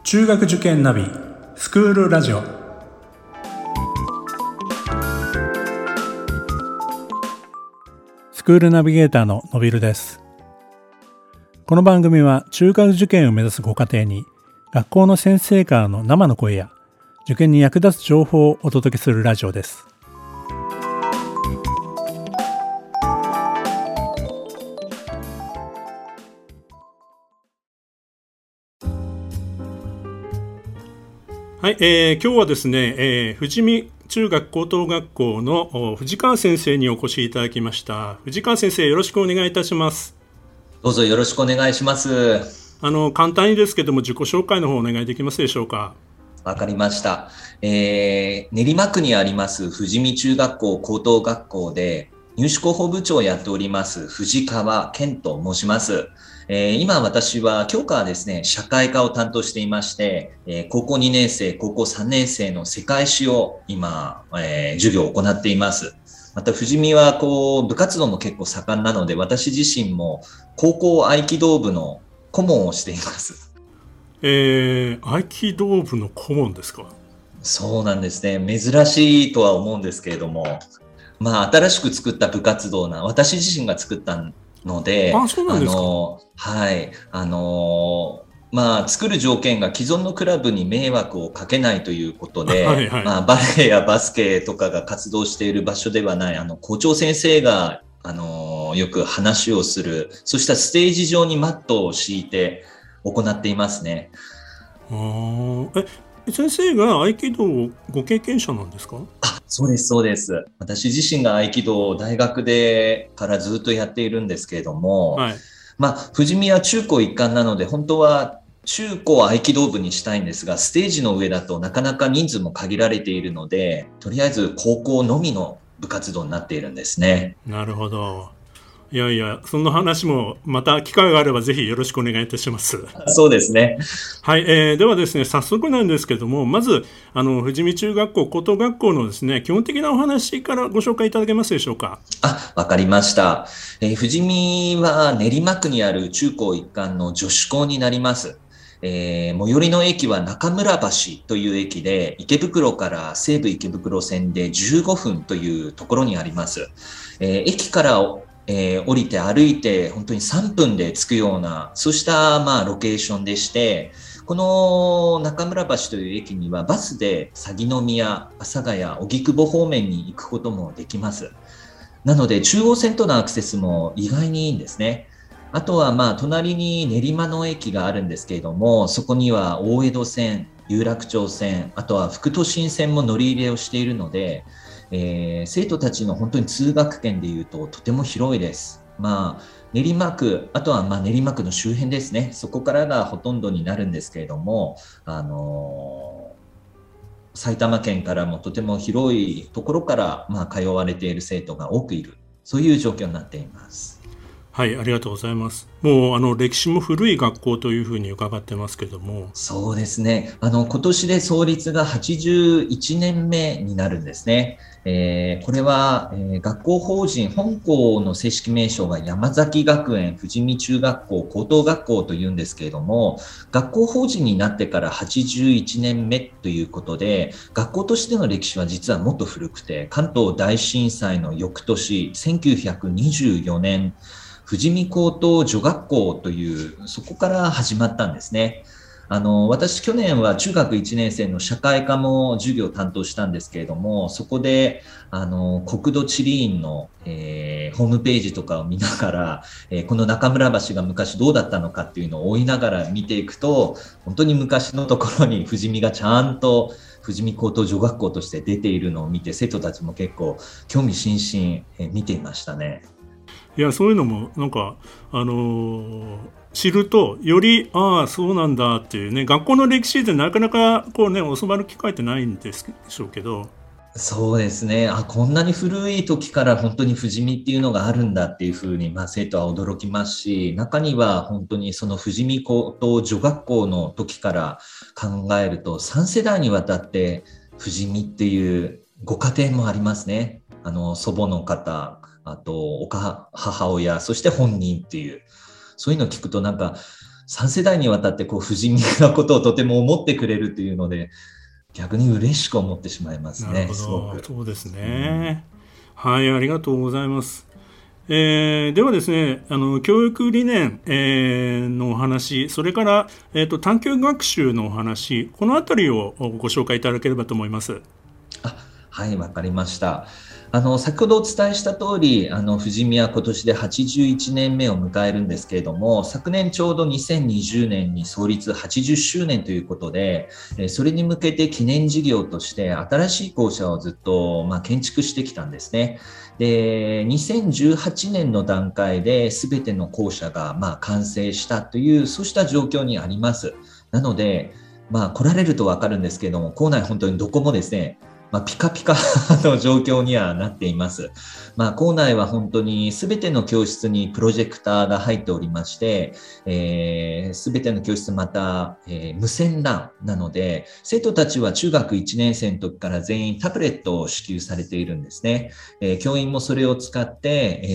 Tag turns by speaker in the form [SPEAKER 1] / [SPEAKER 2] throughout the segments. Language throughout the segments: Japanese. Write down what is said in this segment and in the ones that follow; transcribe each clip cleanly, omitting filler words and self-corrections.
[SPEAKER 1] 中学受験ナビスクールラジオ。スクールナビゲーターののびるです。この番組は中学受験を目指すご家庭に学校の先生からの生の声や受験に役立つ情報をお届けするラジオです。はい、今日はですね、富士見中学高等学校の藤川先生にお越しいただきました。藤川先生、よろしくお願いいたします。
[SPEAKER 2] どうぞよろしくお願いします。
[SPEAKER 1] 簡単にですけども自己紹介の方お願いできますでしょうか。
[SPEAKER 2] わかりました。練馬区にあります富士見中学校高等学校で入試広報部長をやっております藤川健と申します。今私は教科はですね、社会科を担当していまして、高校2年生、高校3年生の世界史を今、授業を行っています。また富士見は部活動も結構盛んなので、私自身も高校合気道部の顧問をしています。
[SPEAKER 1] 合気道部の顧問ですか。
[SPEAKER 2] そうなんですね。珍しいとは思うんですけれども、新しく作った部活動私自身が作ったので、
[SPEAKER 1] そうなんですか。
[SPEAKER 2] はい。作る条件が既存のクラブに迷惑をかけないということで、
[SPEAKER 1] はいはい。
[SPEAKER 2] バレエやバスケとかが活動している場所ではない、校長先生が、よく話をする、そうしたステージ上にマットを敷いて行っていますね。
[SPEAKER 1] 先生が合気道ご経験者なんですか？
[SPEAKER 2] そうです、そうです。私自身が合気道を大学でからずっとやっているんですけれども、
[SPEAKER 1] はい。
[SPEAKER 2] 富士見は中高一貫なので、本当は中高合気道部にしたいんですが、ステージの上だとなかなか人数も限られているので、とりあえず高校のみの部活動になっているんですね。
[SPEAKER 1] なるほど。いやいや、その話もまた機会があればぜひよろしくお願いいたします。
[SPEAKER 2] そうですね。
[SPEAKER 1] はい、ではですね、早速なんですけども、まず富士見中学校高等学校のですね、基本的なお話からご紹介いただけますでしょうか。
[SPEAKER 2] わかりました。富士見は練馬区にある中高一貫の女子校になります。最寄りの駅は中村橋という駅で、池袋から西武池袋線で15分というところにあります。駅から降りて歩いて本当に3分で着くような、そうしたロケーションでして、この中村橋という駅にはバスで鷺宮、阿佐ヶ谷、荻窪方面に行くこともできます。なので中央線とのアクセスも意外にいいんですね。あとは隣に練馬の駅があるんですけれども、そこには大江戸線、有楽町線、あとは副都心線も乗り入れをしているので、生徒たちの本当に通学圏でいうととても広いです。練馬区、あとは練馬区の周辺ですね。そこからがほとんどになるんですけれども、埼玉県からもとても広いところから通われている生徒が多くいる、そういう状況になっています。
[SPEAKER 1] はい、ありがとうございます。もう歴史も古い学校というふうに伺ってますけども。
[SPEAKER 2] そうですね。今年で創立が81年目になるんですね。これは、学校法人本校の正式名称が山崎学園富士見中学校高等学校というんですけれども、学校法人になってから81年目ということで、学校としての歴史は実はもっと古くて、関東大震災の翌年1924年富士見高等女学校という、そこから始まったんですね。私去年は中学1年生の社会科も授業を担当したんですけれども、そこで国土地理院の、ホームページとかを見ながら、この中村橋が昔どうだったのかっていうのを追いながら見ていくと、本当に昔のところに富士見がちゃんと富士見高等女学校として出ているのを見て、生徒たちも結構興味津々、見ていましたね。
[SPEAKER 1] いや、そういうのもなんか、知るとよりそうなんだっていうね、学校の歴史でなかなか教わる機会ってないんでしょうけど。
[SPEAKER 2] そうですね。こんなに古い時から本当に富士見っていうのがあるんだっていうふうに、生徒は驚きますし、中には本当にその富士見高等女学校の時から考えると、3世代にわたって富士見っていうご家庭もありますね。祖母の方、あと母親、そして本人っていう、そういうのを聞くと 3世代にわたって不死身なことをとても思ってくれるというので、逆に嬉しく思ってしまいますね。
[SPEAKER 1] なるほど、
[SPEAKER 2] すごく。
[SPEAKER 1] そうですね。はい、ありがとうございます。ではですね、教育理念、のお話、それから、探究学習のお話、このあたりをご紹介いただければと思います。
[SPEAKER 2] はい、わかりました。先ほどお伝えした通り、富士見は今年で81年目を迎えるんですけれども、昨年ちょうど2020年に創立80周年ということで、それに向けて記念事業として新しい校舎をずっと、建築してきたんですね。で、2018年の段階で全ての校舎が完成したという、そうした状況にあります。なので、来られるとわかるんですけれども、校内本当にどこもですね、ピカピカの状況にはなっています。校内は本当に全ての教室にプロジェクターが入っておりまして、全ての教室また、無線 LAN なので、生徒たちは中学1年生の時から全員タブレットを支給されているんですね。教員もそれを使って、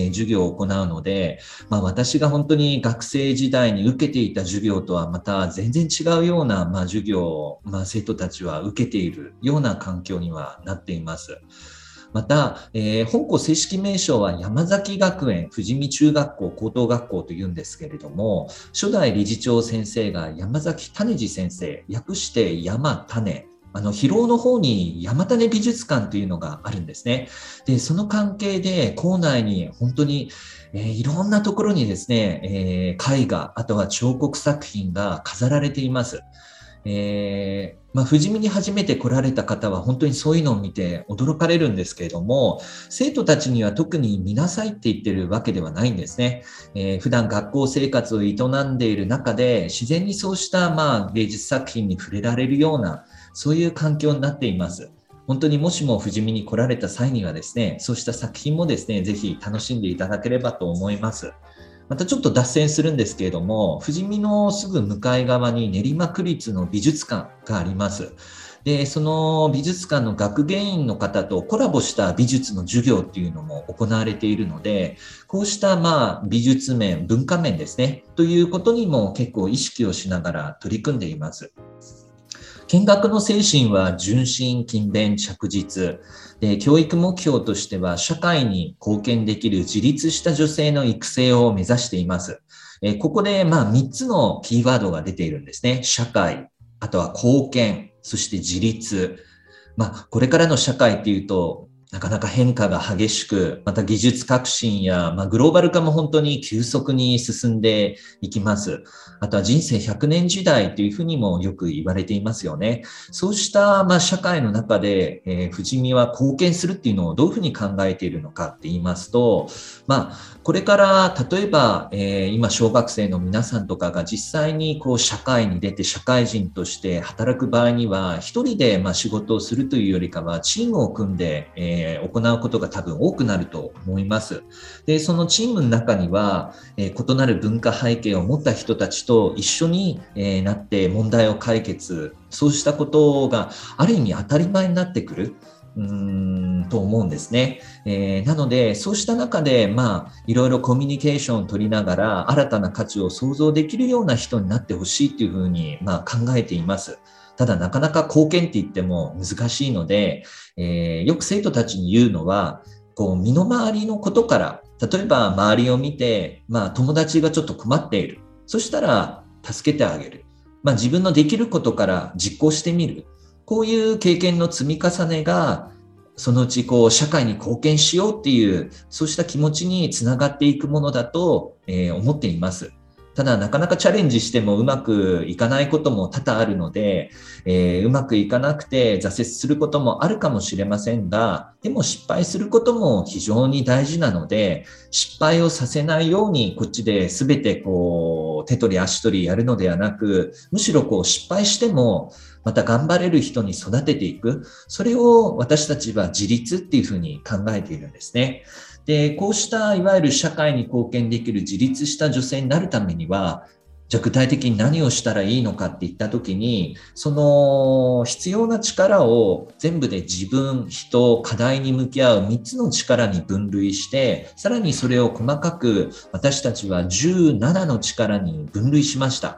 [SPEAKER 2] 授業を行うので、私が本当に学生時代に受けていた授業とはまた全然違うような、授業を、生徒たちは受けているような環境にはなっています。また、本校正式名称は山崎学園富士見中学校高等学校というんですけれども、初代理事長先生が山崎種次先生、略して山種。広尾の方に山種美術館というのがあるんですね。で、その関係で校内に本当に、いろんなところにですね、絵画、あとは彫刻作品が飾られています。富士見に初めて来られた方は本当にそういうのを見て驚かれるんですけれども、生徒たちには特に見なさいって言ってるわけではないんですね。普段学校生活を営んでいる中で自然にそうした芸術作品に触れられるような、そういう環境になっています。本当にもしも富士見に来られた際にはですね、そうした作品もですね、ぜひ楽しんでいただければと思います。またちょっと脱線するんですけれども、富士見のすぐ向かい側に練馬区立の美術館があります。で、その美術館の学芸員の方とコラボした美術の授業っていうのも行われているので、こうした美術面、文化面ですね、ということにも結構意識をしながら取り組んでいます。見学の精神は純真、勤勉、着実。で、教育目標としては社会に貢献できる自立した女性の育成を目指しています。ここで3つのキーワードが出ているんですね。社会、あとは貢献、そして自立。これからの社会っていうと、なかなか変化が激しく、また技術革新や、グローバル化も本当に急速に進んでいきます。あとは人生100年時代というふうにもよく言われていますよね。そうした社会の中で、富士見は貢献するっていうのをどういうふうに考えているのかって言いますと、これから例えば、今小学生の皆さんとかが実際に社会に出て社会人として働く場合には、一人で仕事をするというよりかはチームを組んで、行うことが多分多くなると思います。で、そのチームの中には、異なる文化背景を持った人たちと一緒に、なって問題を解決、そうしたことがある意味当たり前になってくる。と思うんですね。なので、そうした中で、いろいろコミュニケーションを取りながら、新たな価値を創造できるような人になってほしいというふうに、考えています。ただ、なかなか貢献って言っても難しいので、よく生徒たちに言うのは、身の回りのことから、例えば周りを見て、友達がちょっと困っている。そしたら、助けてあげる。自分のできることから実行してみる。こういう経験の積み重ねが、そのうち社会に貢献しようっていう、そうした気持ちにつながっていくものだと、思っています。ただ、なかなかチャレンジしてもうまくいかないことも多々あるので、うまくいかなくて挫折することもあるかもしれませんが、でも失敗することも非常に大事なので、失敗をさせないようにこっちで全て手取り足取りやるのではなく、むしろ失敗してもまた頑張れる人に育てていく。それを私たちは自立っていうふうに考えているんですね。で、こうしたいわゆる社会に貢献できる自立した女性になるためには、じゃあ具体的に何をしたらいいのかっていったときに、その必要な力を全部で自分、人、課題に向き合う3つの力に分類して、さらにそれを細かく私たちは17の力に分類しました。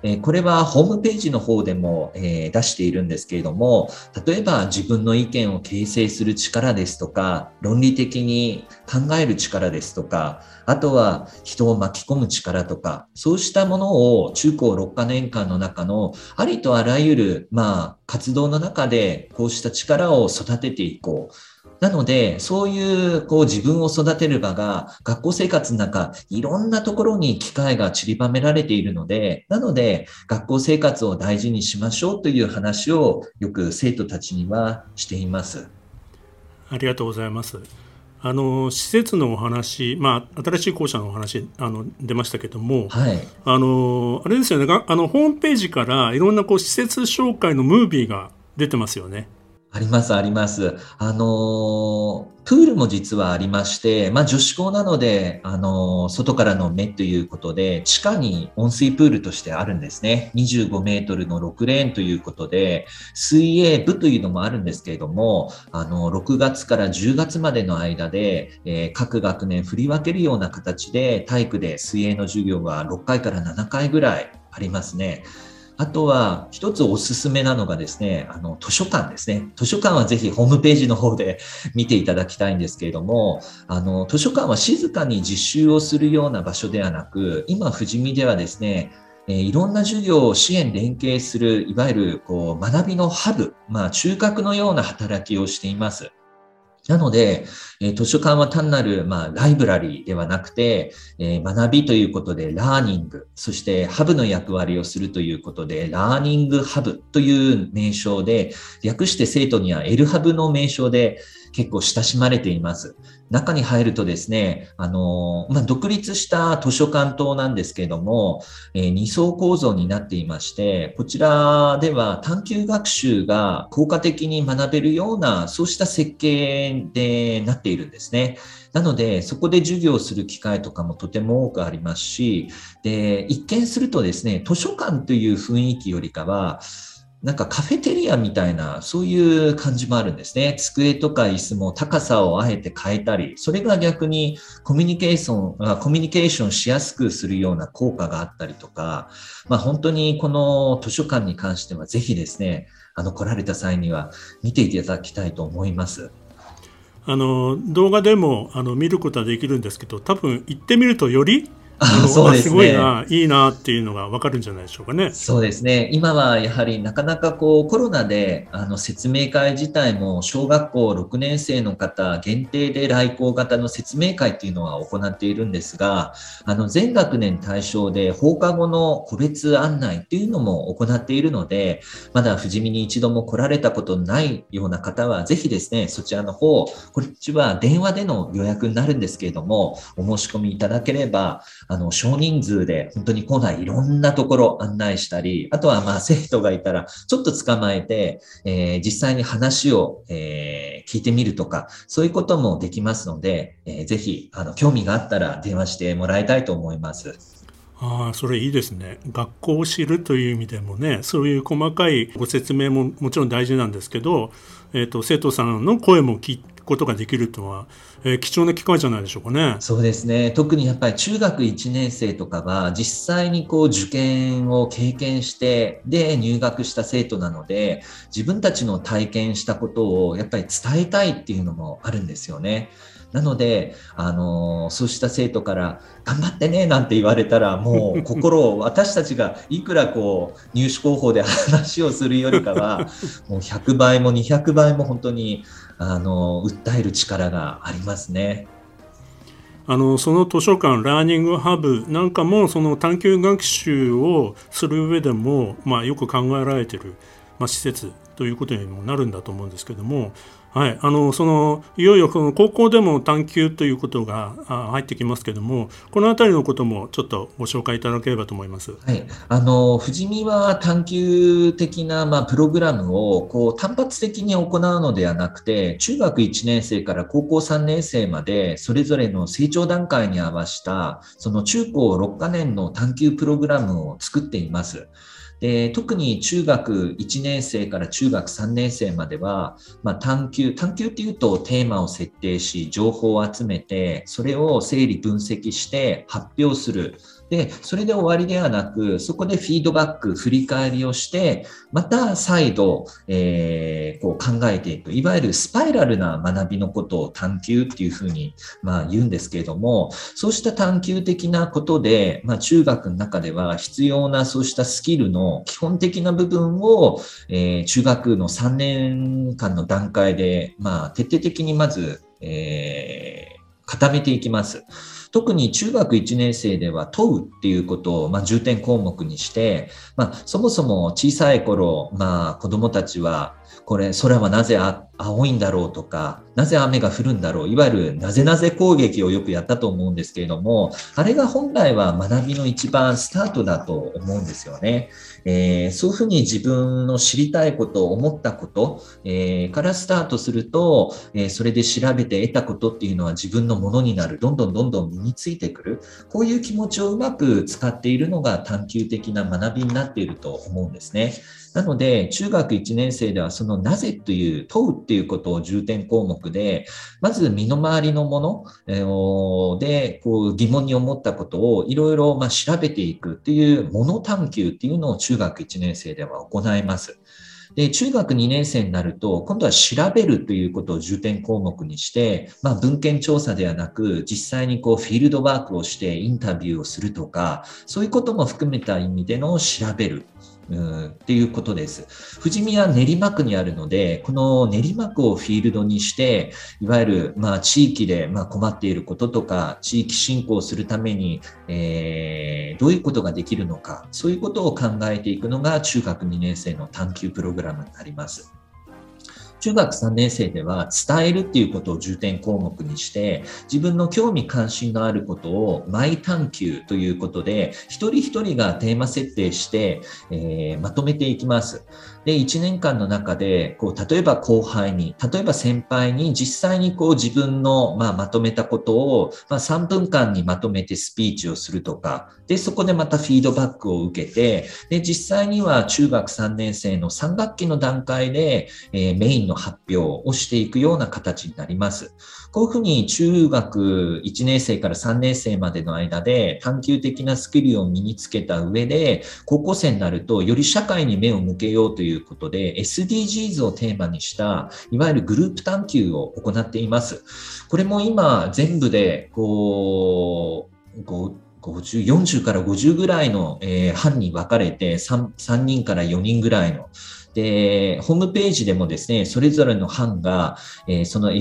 [SPEAKER 2] これはホームページの方でも、出しているんですけれども、例えば自分の意見を形成する力ですとか、論理的に考える力ですとか、あとは人を巻き込む力とか、そうしたものを中高6カ年間の中のありとあらゆる、活動の中でこうした力を育てていこう。なので、そういう自分を育てる場が学校生活の中、いろんなところに機会が散りばめられているので、なので、学校生活を大事にしましょうという話をよく生徒たちにはしています。
[SPEAKER 1] ありがとうございます。施設のお話、新しい校舎のお話出ましたけども、
[SPEAKER 2] はい、
[SPEAKER 1] あれですよね、ホームページからいろんな施設紹介のムービーが出てますよね。
[SPEAKER 2] あります、あります。プールも実はありまして、女子校なので、外からの目ということで、地下に温水プールとしてあるんですね。25メートルの6レーンということで、水泳部というのもあるんですけれども、6月から10月までの間で、各学年振り分けるような形で、体育で水泳の授業が6回から7回ぐらいありますね。あとは一つおすすめなのがですね、図書館ですね。図書館はぜひホームページの方で見ていただきたいんですけれども、図書館は静かに実習をするような場所ではなく、今、富士見ではですね、いろんな授業を支援連携する、いわゆる学びのハブ、中核のような働きをしています。なので、図書館は単なる、ライブラリーではなくて、学びということでラーニング、そしてハブの役割をするということで、ラーニングハブという名称で、略して生徒には L ハブの名称で結構親しまれています。中に入るとですね、独立した図書館棟なんですけれども、2層構造になっていまして、こちらでは探究学習が効果的に学べるような、そうした設計でなっているんですね。なので、そこで授業をする機会とかもとても多くありますし、で、一見するとですね、図書館という雰囲気よりかは、なんかカフェテリアみたいな、そういう感じもあるんですね。机とか椅子も高さをあえて変えたり、それが逆にコミュニケーションしやすくするような効果があったりとか、本当にこの図書館に関してはぜひですね、来られた際には見ていただきたいと思います。
[SPEAKER 1] 動画でも見ることはできるんですけど、多分行ってみるとより
[SPEAKER 2] そうですね。
[SPEAKER 1] すごいな、いいなっていうのが分かるんじゃないでしょうかね。
[SPEAKER 2] そうですね。今はやはりなかなかコロナで説明会自体も小学校6年生の方限定で来校型の説明会っていうのは行っているんですが、全学年対象で放課後の個別案内っていうのも行っているので、まだ富士見に一度も来られたことのないような方はぜひですね、そちらの方、こっちは電話での予約になるんですけれども、お申し込みいただければ、少人数で本当に校内いろんなところ案内したり、あとは生徒がいたらちょっと捕まえて、実際に話を、聞いてみるとか、そういうこともできますので、ぜひ興味があったら電話してもらいたいと思います。
[SPEAKER 1] それいいですね。学校を知るという意味でもね、そういう細かいご説明ももちろん大事なんですけど、生徒さんの声も聞くことができるとは、貴重な機会じゃないでしょうかね。
[SPEAKER 2] そうですね。特にやっぱり中学1年生とかは実際に受験を経験してで入学した生徒なので、自分たちの体験したことをやっぱり伝えたいっていうのもあるんですよね。なので、そうした生徒から頑張ってねなんて言われたら、もう心を私たちがいくら入試広報で話をするよりかは、もう100倍も200倍も本当に訴える力がありますね。
[SPEAKER 1] その図書館ラーニングハブなんかもその探究学習をする上でも、よく考えられている、施設ということにもなるんだと思うんですけども、はい、いよいよ高校でも探究ということが入ってきますけども、このあたりのこともちょっとご紹介いただければと思います。
[SPEAKER 2] はい、富士見は探究的な、プログラムを単発的に行うのではなくて、中学1年生から高校3年生までそれぞれの成長段階に合わせたその中高6カ年の探究プログラムを作っています。で、特に中学1年生から中学3年生までは、探究っていうとテーマを設定し情報を集めてそれを整理分析して発表する。 で、それで終わりではなく、そこでフィードバック、振り返りをして、また再度、こう考えていく、いわゆるスパイラルな学びのことを探究っていうふうに、言うんですけれども、そうした探究的なことで、中学の中では必要なそうしたスキルの基本的な部分を、中学の3年間の段階で、徹底的にまず、固めていきます。特に中学1年生では問うっていうことを重点項目にして、そもそも小さい頃、子供たちは空はなぜ青いんだろうとか、なぜ雨が降るんだろう、いわゆるなぜなぜ攻撃をよくやったと思うんですけれども、あれが本来は学びの一番スタートだと思うんですよね。そういうふうに自分の知りたいこと、思ったこと、からスタートすると、それで調べて得たことっていうのは自分のものになる、どんどん身についてくる、こういう気持ちをうまく使っているのが探究的な学びになっていると思うんですね。なので、中学1年生ではそのなぜという問うっていうことを重点項目で、まず身の回りのもので疑問に思ったことをいろいろ調べていくっていうもの探究っていうのを中学1年生では行います。で、中学2年生になると、今度は調べるということを重点項目にして、文献調査ではなく、実際にフィールドワークをしてインタビューをするとか、そういうことも含めた意味での調べる。っていうことです。富士見は練馬区にあるので、この練馬区をフィールドにして、いわゆる地域で困っていることとか、地域振興するために、どういうことができるのか、そういうことを考えていくのが中学2年生の探究プログラムになります。中学3年生では伝えるっていうことを重点項目にして、自分の興味関心のあることをマイ探究ということで、一人一人がテーマ設定して、まとめていきます。で、1年間の中で、例えば後輩に、例えば先輩に実際に自分の、まとめたことを、3分間にまとめてスピーチをするとか、で、そこでまたフィードバックを受けて、で、実際には中学3年生の3学期の段階で、メインの発表をしていくような形になります。こういうふうに中学1年生から3年生までの間で探究的なスキルを身につけた上で、高校生になるとより社会に目を向けようということで SDGs をテーマにしたいわゆるグループ探究を行っています。これも今全部で40から50ぐらいの班に分かれて 3人から4人ぐらいので、ホームページでもですね、それぞれの班が、その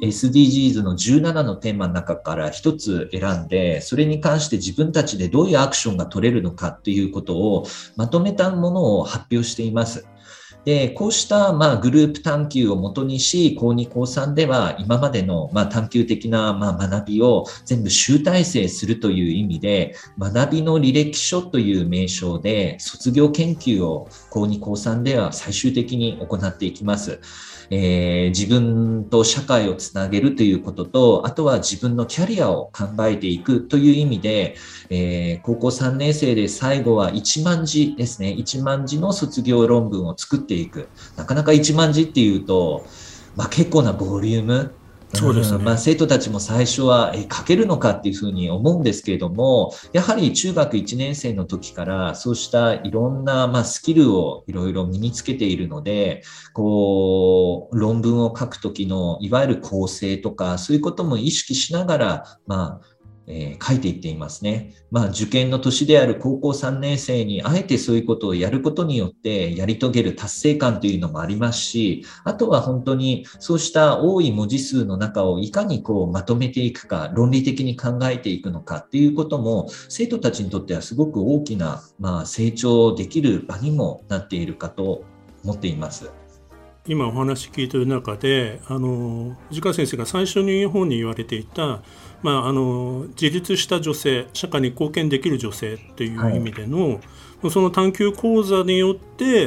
[SPEAKER 2] SDGs の17のテーマの中から一つ選んで、それに関して自分たちでどういうアクションが取れるのかっていうことをまとめたものを発表しています。で、こうしたグループ探究をもとにし、高2、高3では今までの探究的な学びを全部集大成するという意味で、学びの履歴書という名称で卒業研究を高2、高3では最終的に行っていきます。自分と社会をつなげるということと、あとは自分のキャリアを考えていくという意味で、高校3年生で最後は1万字ですね。1万字の卒業論文を作っていく。なかなか1万字っていうと、結構なボリューム。
[SPEAKER 1] そうですね。
[SPEAKER 2] 生徒たちも最初は書けるのかっていうふうに思うんですけれども、やはり中学1年生の時からそうしたいろんなスキルをいろいろ身につけているので、論文を書く時のいわゆる構成とかそういうことも意識しながら書いていっていますね。受験の年である高校3年生にあえてそういうことをやることによってやり遂げる達成感というのもありますし、あとは本当にそうした多い文字数の中をいかにまとめていくか、論理的に考えていくのかっていうことも生徒たちにとってはすごく大きな成長できる場にもなっているかと思っています。
[SPEAKER 1] 今お話聞いている中で藤川先生が最初に本に言われていた、自立した女性、社会に貢献できる女性っていう意味での、その探究講座によって、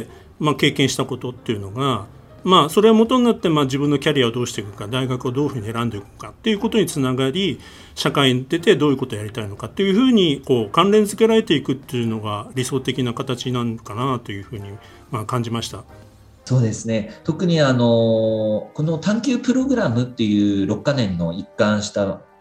[SPEAKER 1] 経験したことっていうのが、それは元になって、自分のキャリアをどうしていくか、大学をどういうふうに選んでいくかっていうことにつながり、社会に出てどういうことをやりたいのかっていうふうに関連付けられていくっていうのが理想的な形なのかなというふうに感じました。
[SPEAKER 2] そうですね。特にこの探究プログラムっていう6カ年の一貫した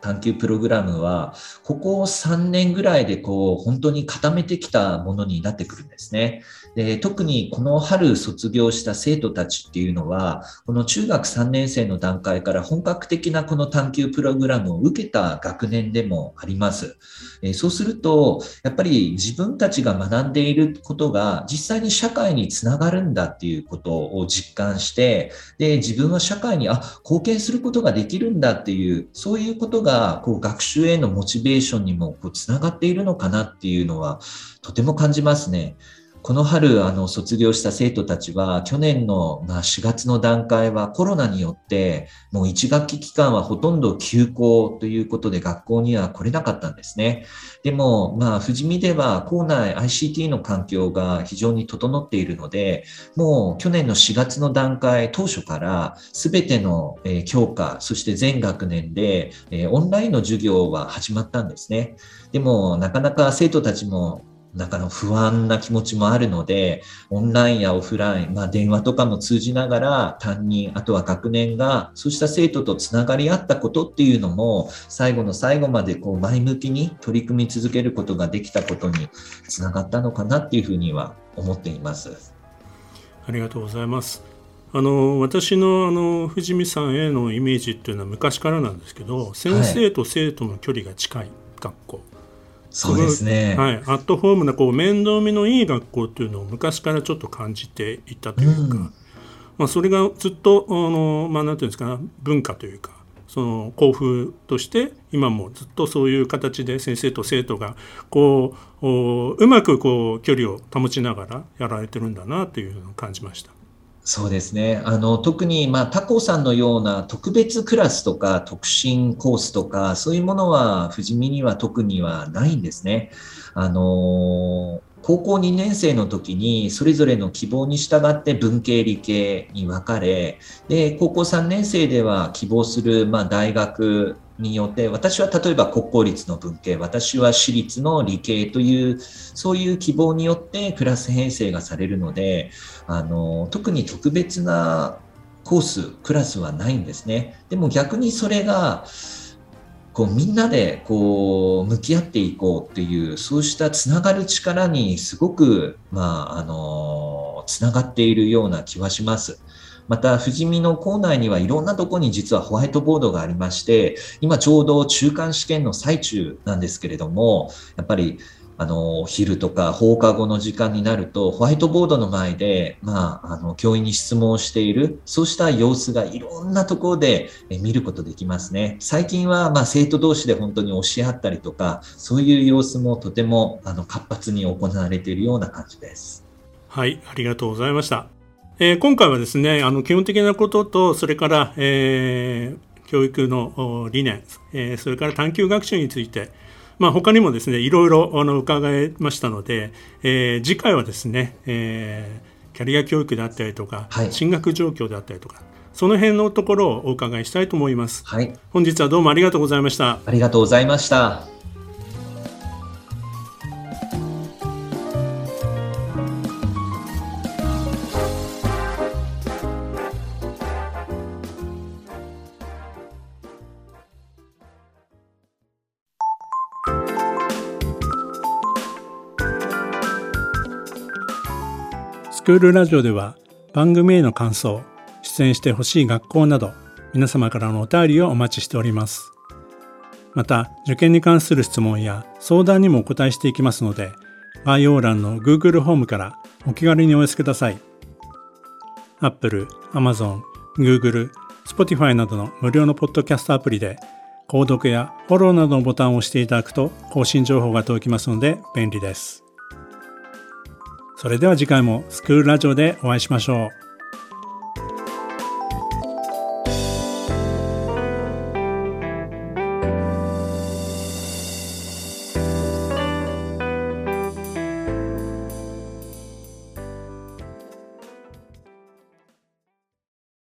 [SPEAKER 2] 探究プログラムは、ここ3年ぐらいで本当に固めてきたものになってくるんですね。で、特にこの春卒業した生徒たちっていうのは、この中学3年生の段階から本格的なこの探究プログラムを受けた学年でもあります。そうすると、やっぱり自分たちが学んでいることが実際に社会につながるんだっていうことを実感して、で、自分は社会に貢献することができるんだっていう、そういうことが学習へのモチベーションにもつながっているのかなっていうのはとても感じますね。この春卒業した生徒たちは去年の4月の段階はコロナによってもう1学期期間はほとんど休校ということで学校には来れなかったんですね。でも富士見では校内 ICT の環境が非常に整っているので、もう去年の4月の段階当初から全ての教科、そして全学年でオンラインの授業は始まったんですね。でもなかなか生徒たちも不安な気持ちもあるので、オンラインやオフライン、電話とかも通じながら担任、あとは学年がそうした生徒とつながり合ったことっていうのも最後の最後まで前向きに取り組み続けることができたことにつながったのかなっていうふうには思っています。
[SPEAKER 1] ありがとうございます。私の藤見さんへのイメージっていうのは昔からなんですけど、先生と生徒の距離が近い学校、
[SPEAKER 2] そうですね。
[SPEAKER 1] はい、アットホームな面倒見のいい学校っていうのを昔からちょっと感じていたというか、それがずっとなんていうんですかな、文化というかその校風として今もずっとそういう形で先生と生徒がうまく距離を保ちながらやられてるんだなというのを感じました。
[SPEAKER 2] そうですね。特に、他校さんのような特別クラスとか特進コースとか、そういうものは富士見には特にはないんですね。高校2年生の時にそれぞれの希望に従って文系理系に分かれ、で、高校3年生では希望する、大学によって、私は例えば国公立の文系、私は私立の理系という、そういう希望によってクラス編成がされるので、特に特別なコース、クラスはないんですね。でも逆にそれが、みんなで向き合っていこうっていう、そうしたつながる力にすごく、つながっているような気はします。また、富士見の校内にはいろんなところに実はホワイトボードがありまして、今ちょうど中間試験の最中なんですけれども、やっぱりお昼とか放課後の時間になると、ホワイトボードの前で、教員に質問をしている、そうした様子がいろんなところで見ることできますね。最近は、生徒同士で本当に教え合ったりとか、そういう様子もとても活発に行われているような感じです。
[SPEAKER 1] はい、ありがとうございました。今回はですね、基本的なことと、それから、教育の理念、それから探究学習について、他にもですね、いろいろ伺いましたので、次回はですね、キャリア教育であったりとか、進学状況であったりとか、その辺のところをお伺いしたいと思います。本日はどうもありがとうございました。
[SPEAKER 2] ありがとうございました。
[SPEAKER 1] スクールラジオでは番組への感想、出演してほしい学校など皆様からのお便りをお待ちしております。また受験に関する質問や相談にもお答えしていきますので、概要欄の Google ホームからお気軽にお寄せください。Apple、Amazon、Google、Spotify などの無料のポッドキャストアプリで購読やフォローなどのボタンを押していただくと更新情報が届きますので便利です。それでは次回もスクールラジオでお会いしましょう。